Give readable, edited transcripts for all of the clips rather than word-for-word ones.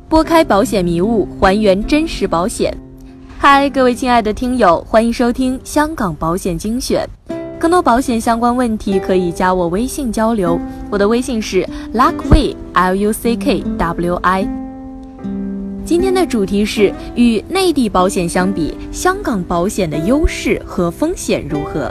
拨开保险迷雾，还原真实保险。嗨，各位亲爱的听友，欢迎收听香港保险精选。更多保险相关问题可以加我微信交流，我的微信是 Luckwi LUCKWI。今天的主题是与内地保险相比，香港保险的优势和风险如何？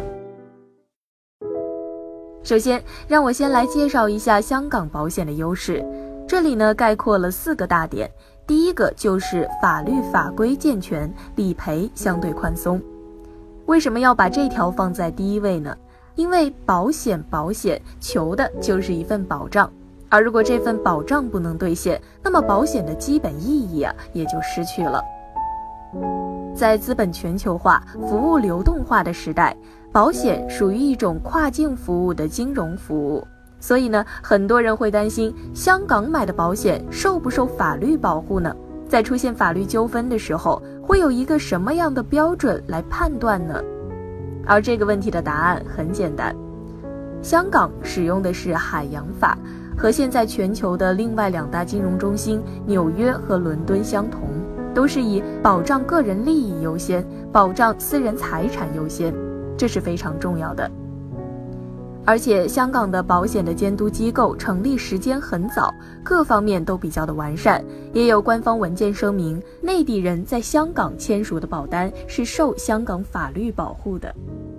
首先，让我先来介绍一下香港保险的优势。这里呢概括了4个大点。第一个就是法律法规健全，理赔相对宽松。为什么要把这条放在第一位呢？因为保险求的就是一份保障，而如果这份保障不能兑现，那么保险的基本意义也就失去了。在资本全球化、服务流动化的时代，保险属于一种跨境服务的金融服务。所以呢，很多人会担心香港买的保险受不受法律保护呢？在出现法律纠纷的时候，会有一个什么样的标准来判断呢？而这个问题的答案很简单，香港使用的是海洋法，和现在全球的另外2大金融中心纽约和伦敦相同，都是以保障个人利益优先，保障私人财产优先，这是非常重要的。而且香港的保险的监督机构成立时间很早，各方面都比较的完善，也有官方文件声明，内地人在香港签署的保单是受香港法律保护的。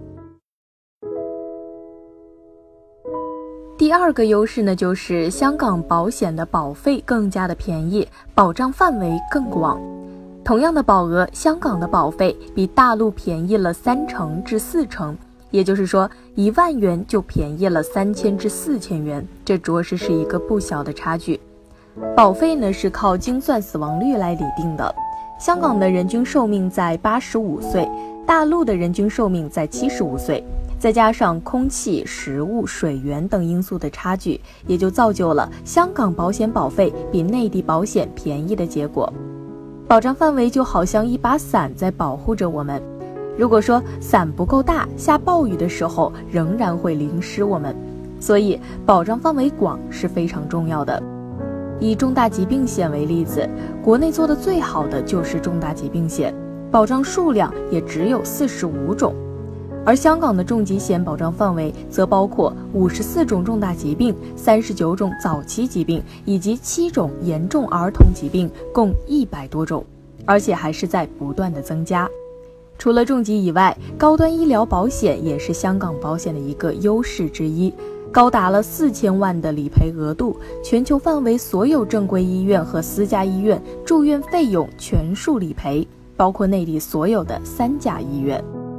第二个优势呢，就是香港保险的保费更加的便宜，保障范围更广。同样的保额，香港的保费比大陆便宜了3成至4成。也就是说，1万元就便宜了3000至4000元，这着实是一个不小的差距。保费呢是靠精算死亡率来拟定的，香港的人均寿命在85岁，大陆的人均寿命在75岁，再加上空气、食物、水源等因素的差距，也就造就了香港保险保费比内地保险便宜的结果。保障范围就好像一把伞在保护着我们。如果说伞不够大，下暴雨的时候仍然会淋湿我们，所以保障范围广是非常重要的。以重大疾病险为例子，国内做的最好的就是重大疾病险，保障数量也只有45种，而香港的重疾险保障范围则包括54种重大疾病、39种早期疾病以及7种严重儿童疾病，共100多种，而且还是在不断的增加。除了重疾以外，高端医疗保险也是香港保险的一个优势之一，高达了4000万的理赔额度，全球范围所有正规医院和私家医院住院费用全数理赔，包括内地所有的3家医院。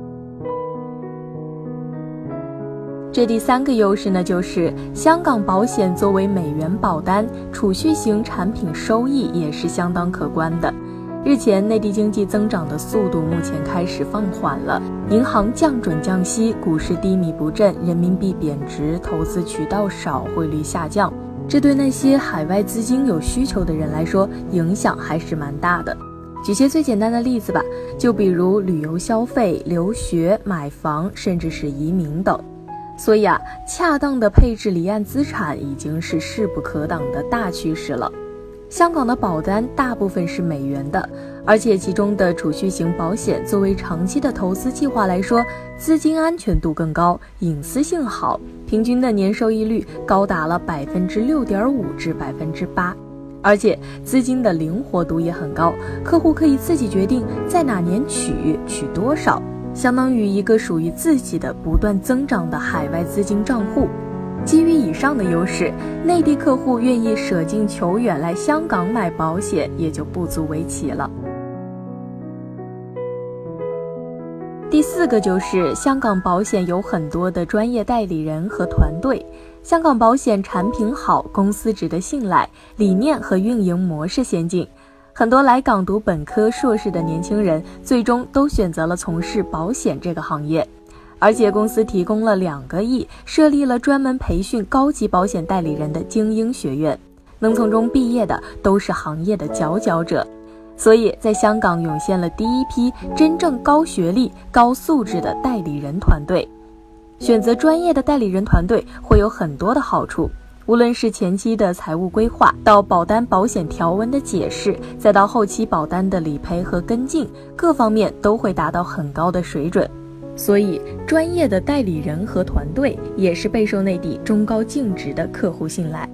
这第3个优势呢，就是香港保险作为美元保单，储蓄型产品收益也是相当可观的。日前，内地经济增长的速度目前开始放缓了，银行降准降息，股市低迷不振，人民币贬值，投资渠道少，汇率下降，这对那些海外资金有需求的人来说，影响还是蛮大的。举些最简单的例子吧，就比如旅游消费、留学、买房，甚至是移民等。所以恰当的配置离岸资产已经是势不可挡的大趋势了。香港的保单大部分是美元的，而且其中的储蓄型保险作为长期的投资计划来说，资金安全度更高，隐私性好，平均的年收益率高达了6.5%至8%，而且资金的灵活度也很高，客户可以自己决定在哪年取多少，相当于一个属于自己的不断增长的海外资金账户。基于以上的优势，内地客户愿意舍近求远来香港买保险也就不足为奇了。第4个就是香港保险有很多的专业代理人和团队，香港保险产品好，公司值得信赖，理念和运营模式先进，很多来港读本科、硕士的年轻人最终都选择了从事保险这个行业。而且公司提供了2个亿，设立了专门培训高级保险代理人的精英学院，能从中毕业的都是行业的佼佼者。所以在香港涌现了第一批真正高学历、高素质的代理人团队。选择专业的代理人团队会有很多的好处， 无论是前期的财务规划，到保单保险条文的解释，再到后期保单的理赔和跟进，各方面都会达到很高的水准。所以，专业的代理人和团队也是备受内地中高净值的客户信赖。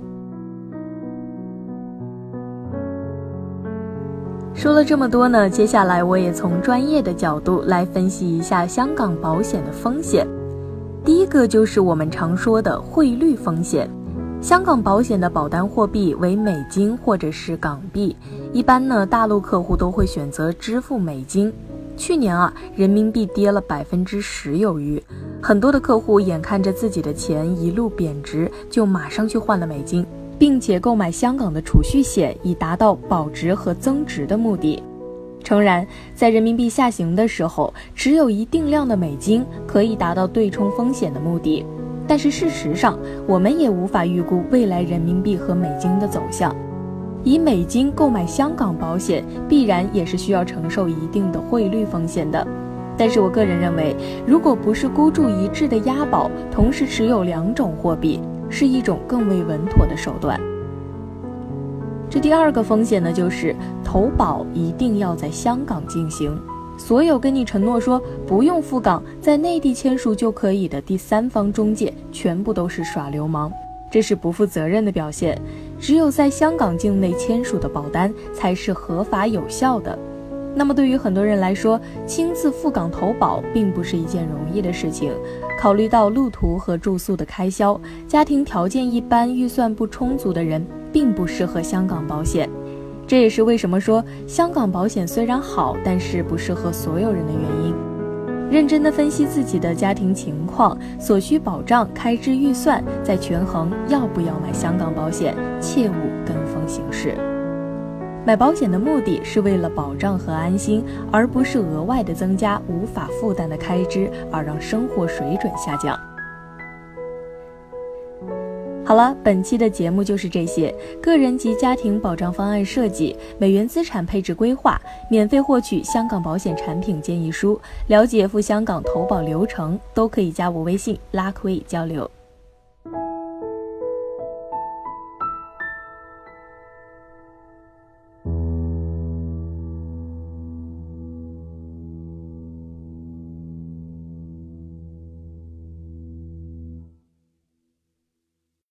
说了这么多呢，接下来我也从专业的角度来分析一下香港保险的风险。第一个就是我们常说的汇率风险。香港保险的保单货币为美金或者是港币，一般呢，大陆客户都会选择支付美金。去年人民币跌了10%有余，很多的客户眼看着自己的钱一路贬值，就马上去换了美金，并且购买香港的储蓄险，以达到保值和增值的目的。诚然，在人民币下行的时候，持有一定量的美金可以达到对冲风险的目的，但是事实上，我们也无法预估未来人民币和美金的走向。以美金购买香港保险，必然也是需要承受一定的汇率风险的。但是我个人认为，如果不是孤注一掷的押宝，同时持有2种货币，是一种更为稳妥的手段。这第二个风险呢，就是投保一定要在香港进行。所有跟你承诺说不用赴港，在内地签署就可以的第三方中介，全部都是耍流氓，这是不负责任的表现。只有在香港境内签署的保单才是合法有效的。那么对于很多人来说，亲自赴港投保并不是一件容易的事情。考虑到路途和住宿的开销，家庭条件一般、预算不充足的人并不适合香港保险。这也是为什么说香港保险虽然好，但是不适合所有人的原因。认真地分析自己的家庭情况、所需保障、开支预算，再权衡要不要买香港保险，切勿跟风行事。买保险的目的是为了保障和安心，而不是额外的增加无法负担的开支，而让生活水准下降。好了，本期的节目就是这些。个人及家庭保障方案设计、美元资产配置规划，免费获取香港保险产品建议书，了解赴香港投保流程，都可以加我微信拉克威交流。